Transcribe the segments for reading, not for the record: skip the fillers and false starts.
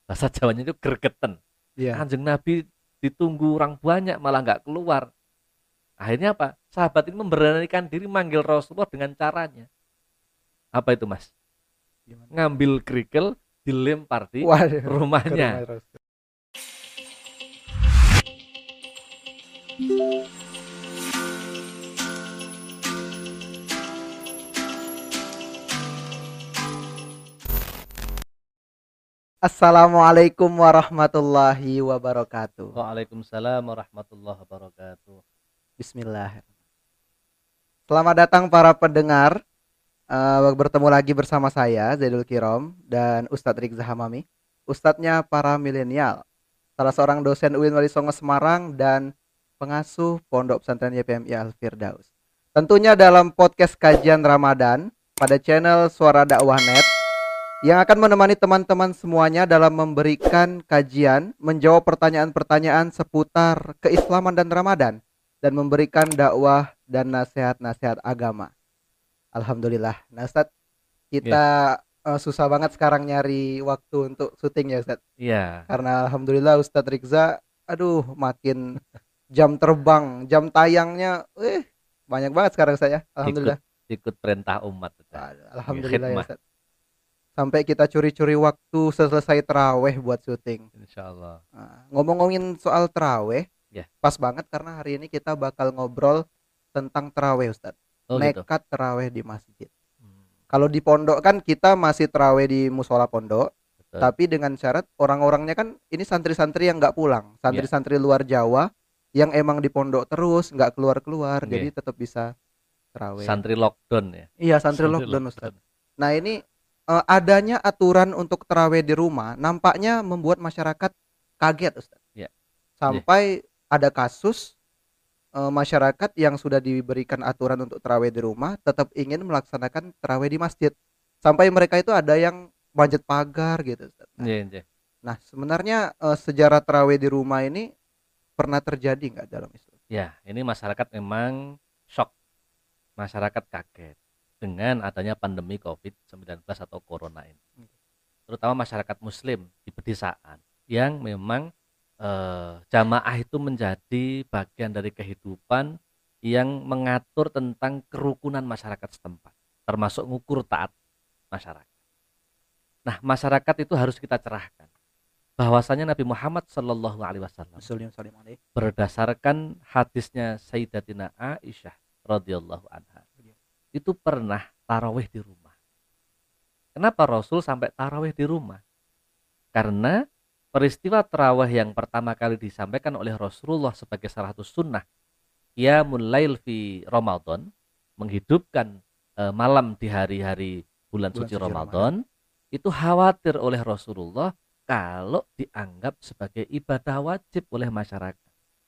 Bahasa Jawanya itu gregeten. Iya. Kanjeng Nabi ditunggu orang banyak malah nggak keluar. Akhirnya apa? Sahabat ini memberanikan diri manggil Rasulullah dengan caranya. Apa itu Mas? Gimana? Ngambil kerikil dilempar di Waduh, ke rumahnya. rumah Rasul. Assalamualaikum warahmatullahi wabarakatuh. Waalaikumsalam warahmatullahi wabarakatuh. Bismillah. Selamat datang para pendengar. Bertemu lagi bersama saya Zaidul Kirom dan Ustadz Rizza Hamami. Ustadznya para milenial. Salah seorang dosen UIN Wali Songo Semarang dan pengasuh Pondok Pesantren YPMI Al Firdaus. Tentunya dalam podcast kajian Ramadan pada channel Suara Dakwah Net yang akan menemani teman-teman semuanya dalam memberikan kajian, menjawab pertanyaan-pertanyaan seputar keislaman dan Ramadan, dan memberikan dakwah dan nasihat-nasihat agama. Alhamdulillah. Nah, Ustadz, Iya, kita susah banget sekarang nyari waktu untuk syuting ya, Ustadz. iya, Karena Alhamdulillah Ustadz Rizza, aduh, makin jam terbang, jam tayangnya, banyak banget sekarang saya. ikut Alhamdulillah. ikut perintah umat sudah. Alhamdulillah ya, Khidmah Ustadz. Sampai kita curi-curi waktu selesai terawih buat syuting. insyaallah. Nah, ngomong-ngomongin soal terawih, Ya. pas banget karena hari ini kita bakal ngobrol tentang terawih, Ustadz. Oh gitu. Nekat terawih di masjid. Hmm, Kalau di pondok kan kita masih terawih di musola pondok, betul. tapi dengan syarat orang-orangnya kan ini santri-santri yang nggak pulang, Ya. santri-santri luar Jawa yang emang di pondok terus nggak keluar-keluar, Nggih. jadi tetap bisa terawih. Santri lockdown ya. Iya, santri Santri lockdown, lockdown. Ustadz. Nah ini adanya aturan untuk terawih di rumah nampaknya membuat masyarakat kaget, Ustadz. Ya. Nggih. Sampai ada kasus masyarakat yang sudah diberikan aturan untuk terawih di rumah tetap ingin melaksanakan terawih di masjid. Sampai mereka itu ada yang manjat pagar gitu, Ustadz. Nggih, nggih. Nah, sebenarnya sejarah terawih di rumah ini pernah terjadi nggak dalam Islam? Ya, ini masyarakat memang shock. Masyarakat kaget dengan adanya pandemi COVID-19 atau corona ini. Terutama masyarakat muslim di pedesaan yang memang jamaah itu menjadi bagian dari kehidupan yang mengatur tentang kerukunan masyarakat setempat, termasuk ngukur taat masyarakat. Nah, masyarakat itu harus kita cerahkan bahwasanya Nabi Muhammad Shallallahu Alaihi Wasallam Muslim salim alaih. berdasarkan hadisnya Sayyidatina Aisyah radhiyallahu anha itu pernah tarawih di rumah. Kenapa Rasul sampai tarawih di rumah? Karena peristiwa tarawih yang pertama kali disampaikan oleh Rasulullah sebagai salah satu sunnah Qiyamul Lail fi Ramadan, menghidupkan malam di hari-hari bulan Bulan suci suci Ramadan. Ramadan, itu khawatir oleh Rasulullah kalau dianggap sebagai ibadah wajib oleh masyarakat.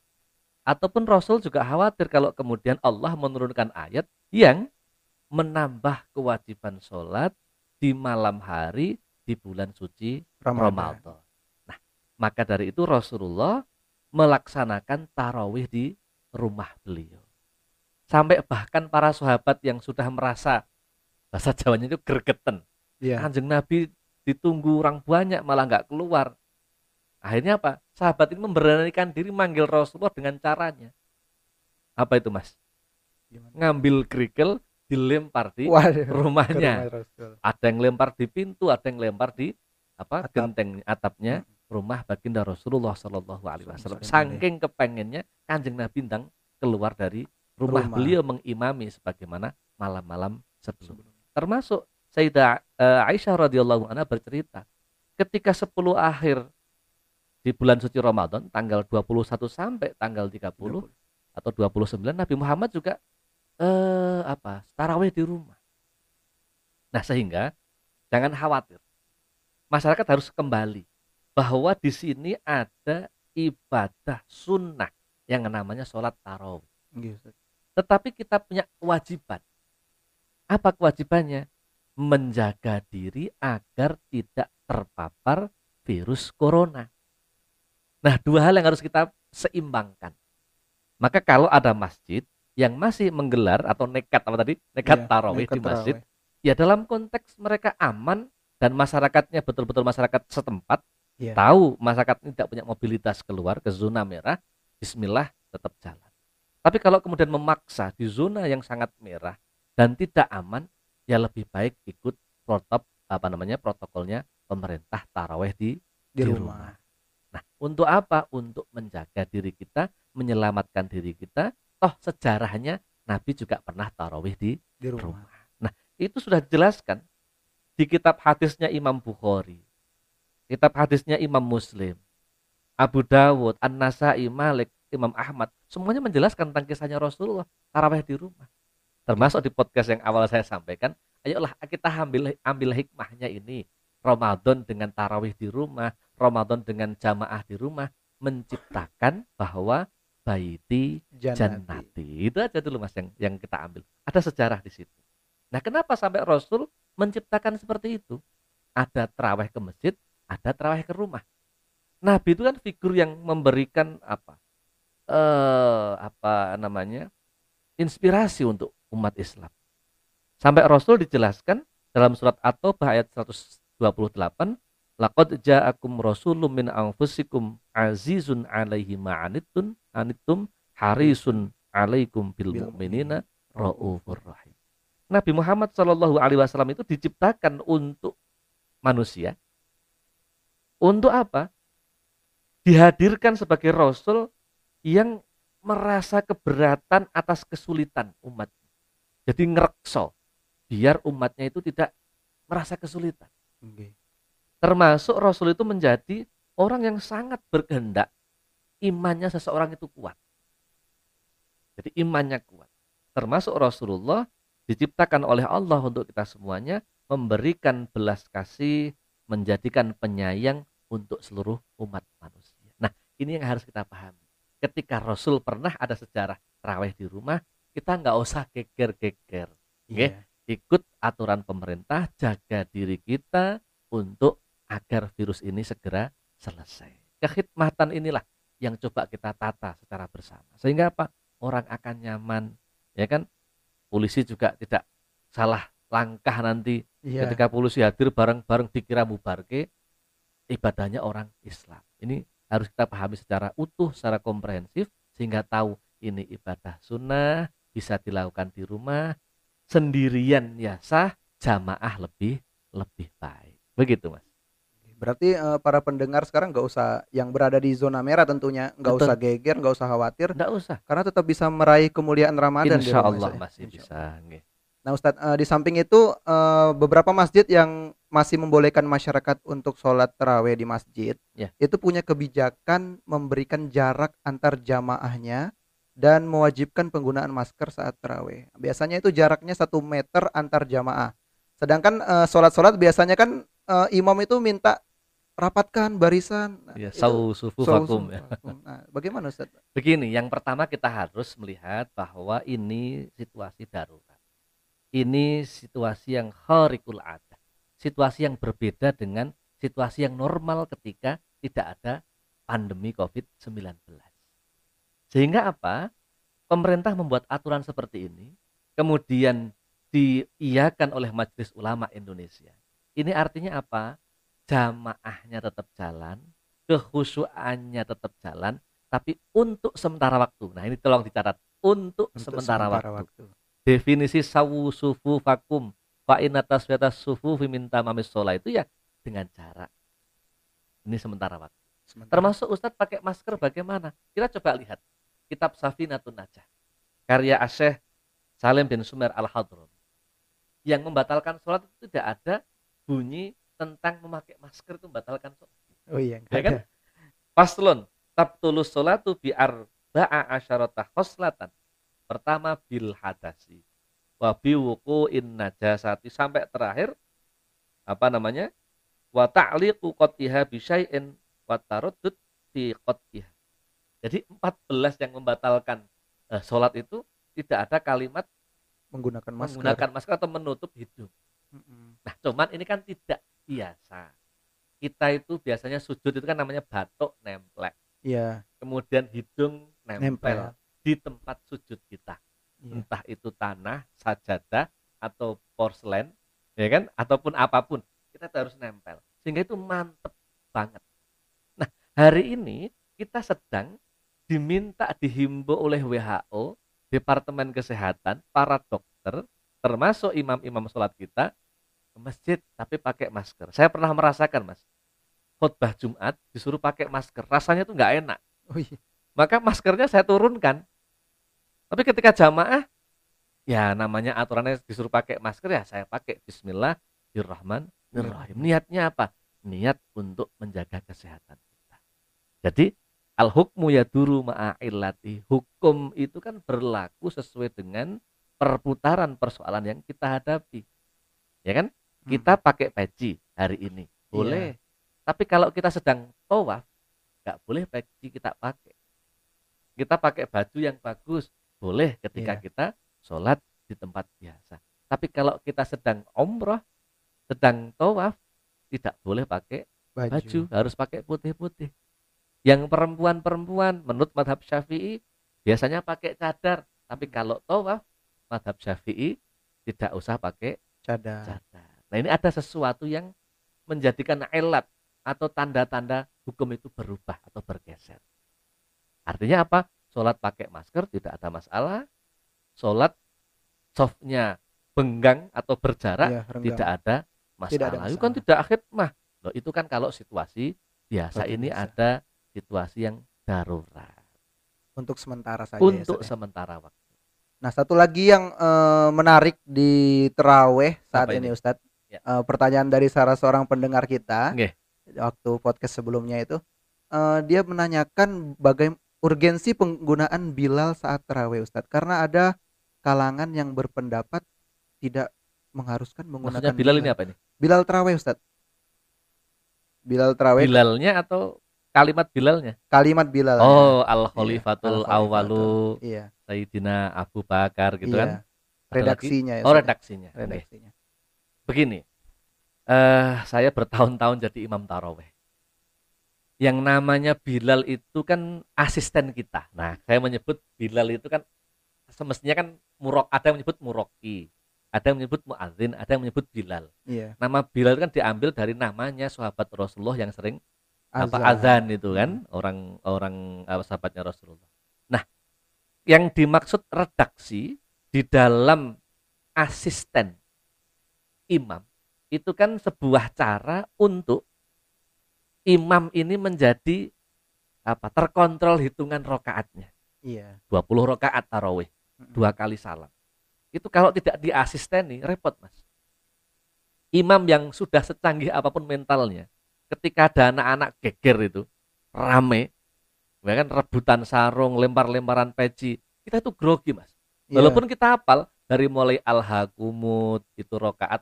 Ataupun Rasul juga khawatir kalau kemudian Allah menurunkan ayat yang menambah kewajiban sholat di malam hari di bulan suci Ramadan. Ramadan. Nah, maka dari itu Rasulullah melaksanakan tarawih di rumah beliau. Sampai bahkan para sahabat yang sudah merasa, bahasa Jawanya itu gregeten. Iya. Kanjeng Nabi ditunggu orang banyak malah nggak keluar. Akhirnya apa? Sahabat ini memberanikan diri manggil Rasulullah dengan caranya. Apa itu Mas? Gimana? Ngambil kerikil dilempar di Waduh, ke rumahnya. rumah Rasul. Ada yang lempar di pintu, ada yang lempar di Atap. genteng atapnya rumah baginda Rasulullah Shallallahu Alaihi Wasallam. Salim alaih. Saking kepengennya kanjeng Nabi ndang keluar dari rumah beliau mengimami sebagaimana malam-malam sebelumnya. Termasuk Sayyidah Aisyah radhiyallahu anha bercerita, ketika 10 akhir di bulan suci Ramadan tanggal 21 sampai tanggal 30 atau 29 Nabi Muhammad juga tarawih di rumah. Nah, sehingga jangan khawatir. Masyarakat harus kembali bahwa di sini ada ibadah sunnah yang namanya sholat tarawih. Tetapi kita punya kewajiban. Apa kewajibannya? Menjaga diri agar tidak terpapar virus corona. Nah, dua hal yang harus kita seimbangkan. Maka kalau ada masjid yang masih menggelar atau nekat tarawih di masjid, ya dalam konteks mereka aman dan masyarakatnya betul-betul masyarakat setempat, Iya. Tahu masyarakat ini tidak punya mobilitas keluar ke zona merah, bismillah tetap jalan. Tapi kalau kemudian memaksa di zona yang sangat merah dan tidak aman, ya lebih baik ikut protokolnya pemerintah taraweh Di di rumah. rumah. Nah, untuk apa? Untuk menjaga diri kita, menyelamatkan diri kita. Toh sejarahnya Nabi juga pernah tarawih di Di rumah. rumah. Nah, itu sudah dijelaskan di kitab hadisnya Imam Bukhari, kitab hadisnya Imam Muslim, Abu Dawud, An-Nasai, Malik, Imam Ahmad. Semuanya menjelaskan tentang kisahnya Rasulullah tarawih di rumah. Oke. Termasuk di podcast yang awal saya sampaikan, ayolah kita ambil hikmahnya ini. Ramadan dengan tarawih di rumah, Ramadan dengan jamaah di rumah, menciptakan bahwa baiti Jannati. jannati. Itu aja dulu Mas yang kita ambil. Ada sejarah di situ. Nah, kenapa sampai Rasul menciptakan seperti itu? Ada tarawih ke masjid, ada tarawih ke rumah. Nabi itu kan figur yang memberikan apa namanya? Inspirasi untuk umat Islam. Sampai Rasul dijelaskan dalam surat At-Taubah ayat 128, laqad ja'akum rasulun min anfusikum azizun 'alaihi anittum harisun 'alaikum bil Bil mu'minina mu'minin raufur raufur. rahim. Nabi Muhammad Shallallahu alaihi wasallam itu diciptakan untuk manusia. Untuk apa? Dihadirkan sebagai rasul yang merasa keberatan atas kesulitan umat. Jadi ngerekso biar umatnya itu tidak merasa kesulitan. Oke. Termasuk Rasul itu menjadi orang yang sangat berkehendak imannya seseorang itu kuat. Jadi imannya kuat. Termasuk Rasulullah diciptakan oleh Allah untuk kita semuanya, memberikan belas kasih, menjadikan penyayang untuk seluruh umat manusia. Nah, ini yang harus kita pahami. Ketika Rasul pernah ada sejarah tarawih di rumah, kita nggak usah geger-geger. Nggih, Iya. ikut aturan pemerintah, jaga diri kita untuk agar virus ini segera selesai. Kekhidmatan inilah yang coba kita tata secara bersama. Sehingga apa? Orang akan nyaman, ya kan? Polisi juga tidak salah langkah nanti Iya. ketika polisi hadir bareng-bareng dikira mubarke, ibadahnya orang Islam. Ini harus kita pahami secara utuh, secara komprehensif sehingga tahu ini ibadah sunnah bisa dilakukan di rumah, sendirian ya sah, jamaah lebih lebih baik. Begitu Mas. Berarti para pendengar sekarang nggak usah yang berada di zona merah tentunya nggak usah Betul, geger, nggak usah khawatir, enggak usah. karena tetap bisa meraih kemuliaan Ramadan di Insya rumah Allah Ustaz ya. masih Insya bisa. Allah. Nggih. Nah Ustadz, di samping itu beberapa masjid yang masih membolehkan masyarakat untuk sholat taraweh di masjid Ya, itu punya kebijakan memberikan jarak antar jamaahnya dan mewajibkan penggunaan masker saat taraweh. Biasanya itu jaraknya 1 meter antar jamaah. Sedangkan sholat-sholat biasanya kan imam itu minta rapatkan barisan. Nah, ya itu sau sufufakum ya. Nah, bagaimana Ustadz? Begini, yang pertama kita harus melihat bahwa ini situasi darurat. Ini situasi yang kharikul adah. Situasi yang berbeda dengan situasi yang normal ketika tidak ada pandemi COVID-19. Sehingga apa? Pemerintah membuat aturan seperti ini, kemudian diiyakan oleh Majelis Ulama Indonesia. Ini artinya apa? Jamaahnya tetap jalan, kekhusyuannya tetap jalan, tapi untuk sementara waktu. Nah, ini tolong dicatat, untuk Untuk sementara sementara waktu. waktu. Definisi sawu sufu vakum fa inatas sufu minta mamis sholat itu ya dengan jarak. Ini sementara waktu. Sementara. Termasuk Ustadz pakai masker bagaimana? Kita coba lihat kitab Safinatun Najah karya Asyikh Salim bin Sumer Al-Hadrami. Yang membatalkan sholat itu tidak ada bunyi tentang memakai masker itu membatalkan sholat. Oh iya, nggak Ya ada. kan? Faslun tabtulus sholatu bi arba'a asyarata khoslatan. Pertama bil hadasi wa bi wuqu'in najasati sampai terakhir apa namanya? Wa ta'liqu qatiha bi syai'in wa taruddud fi qatiha. Jadi 14 yang membatalkan sholat itu tidak ada kalimat Menggunakan masker. menggunakan masker atau menutup hidung. Mm-mm. Nah, cuman ini kan tidak biasa. Kita itu biasanya sujud itu kan namanya batuk nempel. Iya, Kemudian hidung nempel. nempel di tempat sujud kita. Iya. Entah itu tanah, sajadah, atau porselen, ya kan? Ataupun apapun. Kita harus nempel. Sehingga itu mantep banget. Hari ini kita sedang dihimbau oleh WHO, Departemen Kesehatan, para dokter, termasuk imam-imam sholat kita, ke masjid tapi pakai masker. Saya pernah merasakan, Mas, khutbah Jumat disuruh pakai masker, rasanya tuh nggak enak. Oh iya. Maka maskernya saya turunkan. Tapi ketika jamaah, ya namanya aturannya disuruh pakai masker, ya saya pakai Bismillahirrahmanirrahim. Niatnya apa? Niat untuk menjaga kesehatan kita. Jadi al hukmu yaduru ma'illati, hukum itu kan berlaku sesuai dengan perputaran persoalan yang kita hadapi. Ya kan? Kita pakai peci hari ini, boleh. Tapi kalau kita sedang tawaf, nggak boleh peci kita pakai. Kita pakai baju yang bagus, boleh ketika kita sholat di tempat biasa. Tapi kalau kita sedang umroh, sedang tawaf, tidak boleh pakai baju, harus pakai putih-putih. Yang perempuan-perempuan menurut mazhab Syafi'i biasanya pakai cadar, tapi kalau tawaf mazhab Syafi'i tidak usah pakai cadar. Nah, ini ada sesuatu yang menjadikan ilat atau tanda-tanda hukum itu berubah atau bergeser. Artinya apa? Sholat pakai masker tidak ada masalah. Sholat softnya benggang atau berjarak tidak ada masalah. Itu kan tidak khidmah. Loh, itu kan kalau situasi biasa. Ini ada situasi yang darurat. Untuk sementara saja. Untuk sementara waktu. Nah, satu lagi yang menarik di tarawih saat ini Ustadz. Ya. Pertanyaan dari salah seorang pendengar kita. Waktu podcast sebelumnya itu. Dia menanyakan bagaimana urgensi penggunaan Bilal saat tarawih Ustadz. Karena ada kalangan yang berpendapat tidak mengharuskan menggunakan. Maksudnya Bilal ini apa ini? Bilal tarawih Ustadz. Bilal tarawih. Bilalnya atau kalimat Bilalnya? Kalimat Bilal. Oh, al-khalifatul awalu. Iya. Sayyidina Abu Bakar gitu kan. Redaksinya. Redaksinya. Begini. Saya bertahun-tahun jadi imam tarawih. Yang namanya Bilal itu kan asisten kita. Nah, saya menyebut Bilal itu kan semestinya kan ada yang menyebut muroki, ada yang menyebut muadzin, ada yang menyebut Bilal. Nama Bilal kan diambil dari namanya sahabat Rasulullah yang sering azan itu kan, orang sahabatnya Rasulullah. Nah, yang dimaksud redaksi di dalam asisten imam itu kan sebuah cara untuk imam ini menjadi terkontrol hitungan rokaatnya. 20 rokaat tarawih, 2 kali salam. Itu kalau tidak diasisteni repot, Mas. Imam yang sudah secanggih apapun mentalnya, ketika ada anak-anak geger itu rame, bahkan rebutan sarung, lempar-lemparan peci, kita itu grogi, Mas. Walaupun kita hafal dari mulai al-hakumut itu rokaat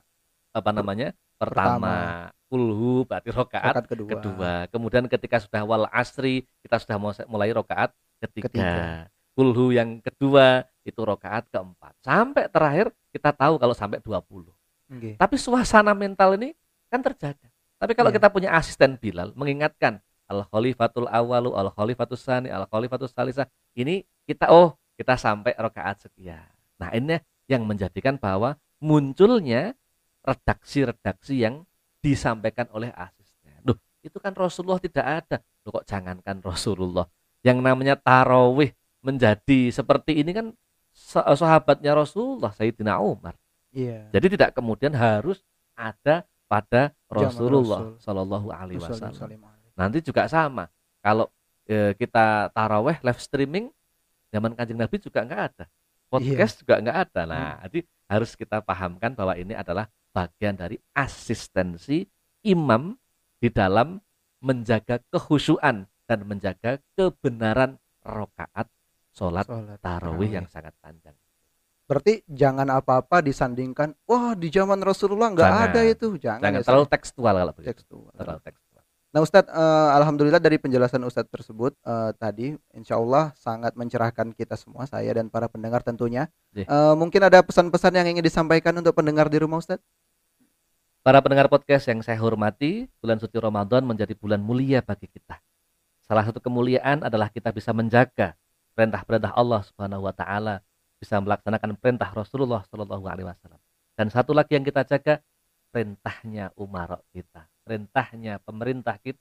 pertama. Kulhu berarti rokaat kedua. Kemudian ketika sudah wal asri kita sudah mulai rokaat ketiga. Kulhu yang kedua itu rokaat keempat. Sampai terakhir kita tahu kalau sampai 20. Tapi suasana mental ini kan terjaga. Tapi kalau kita punya asisten Bilal mengingatkan al-khalifatul awalu, al-khalifatus sani, al-khalifatus salisah, ini kita sampai rokaat sekian. Nah, ini yang menjadikan bahwa munculnya redaksi-redaksi yang disampaikan oleh asisten. Loh, itu kan Rasulullah tidak ada. Loh, kok jangankan Rasulullah. Yang namanya tarawih menjadi seperti ini kan sahabatnya Rasulullah, Sayyidina Umar. Jadi tidak kemudian harus ada pada Rasulullah Shallallahu Alaihi Wasallam. Nanti juga sama. Kalau kita tarawih live streaming zaman Kanjeng Nabi juga nggak ada. Podcast juga nggak ada. Nah, jadi harus kita pahamkan bahwa ini adalah bagian dari asistensi imam di dalam menjaga kekhusyuan dan menjaga kebenaran rakaat sholat tarawih yang sangat panjang. Berarti jangan apa-apa disandingkan, wah di zaman Rasulullah nggak ada itu. Jangan terlalu tekstual kalau begitu. Terlalu tekstual. Nah Ustadz, alhamdulillah dari penjelasan Ustadz tersebut tadi, insya Allah sangat mencerahkan kita semua, saya dan para pendengar tentunya. Mungkin ada pesan-pesan yang ingin disampaikan untuk pendengar di rumah Ustadz? Para pendengar podcast yang saya hormati, bulan suci Ramadan menjadi bulan mulia bagi kita. Salah satu kemuliaan adalah kita bisa menjaga perintah-perintah Allah Subhanahu wa taala, bisa melaksanakan perintah Rasulullah Shallallahu alaihi wasallam. Dan satu lagi yang kita jaga, perintahnya umarok kita, perintahnya pemerintah kita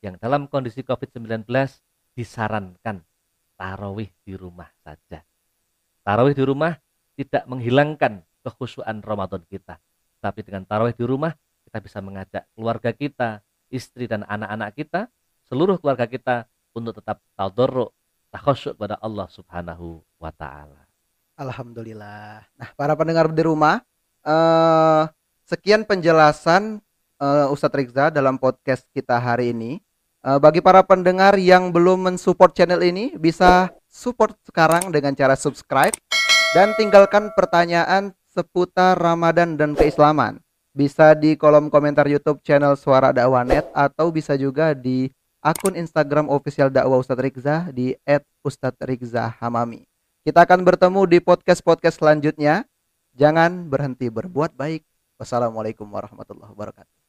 yang dalam kondisi COVID-19 disarankan tarawih di rumah saja. Tarawih di rumah tidak menghilangkan kekhusyuan Ramadan kita. Tapi dengan tarawih di rumah, kita bisa mengajak keluarga kita, istri dan anak-anak kita, seluruh keluarga kita untuk tetap tadarruk, takhasyuk kepada Allah Subhanahu wa taala. Alhamdulillah. Nah, para pendengar di rumah, eh sekian penjelasan Ustadz Rizza dalam podcast kita hari ini. Bagi para pendengar yang belum mensupport channel ini, bisa support sekarang dengan cara subscribe dan tinggalkan pertanyaan seputar Ramadan dan keislaman. Bisa di kolom komentar YouTube channel Suara Dakwah Net atau bisa juga di akun Instagram official dakwah Ustadz Rizza di @ustadzrizzahamami. Kita akan bertemu di podcast-podcast selanjutnya. Jangan berhenti berbuat baik. Wassalamualaikum warahmatullahi wabarakatuh.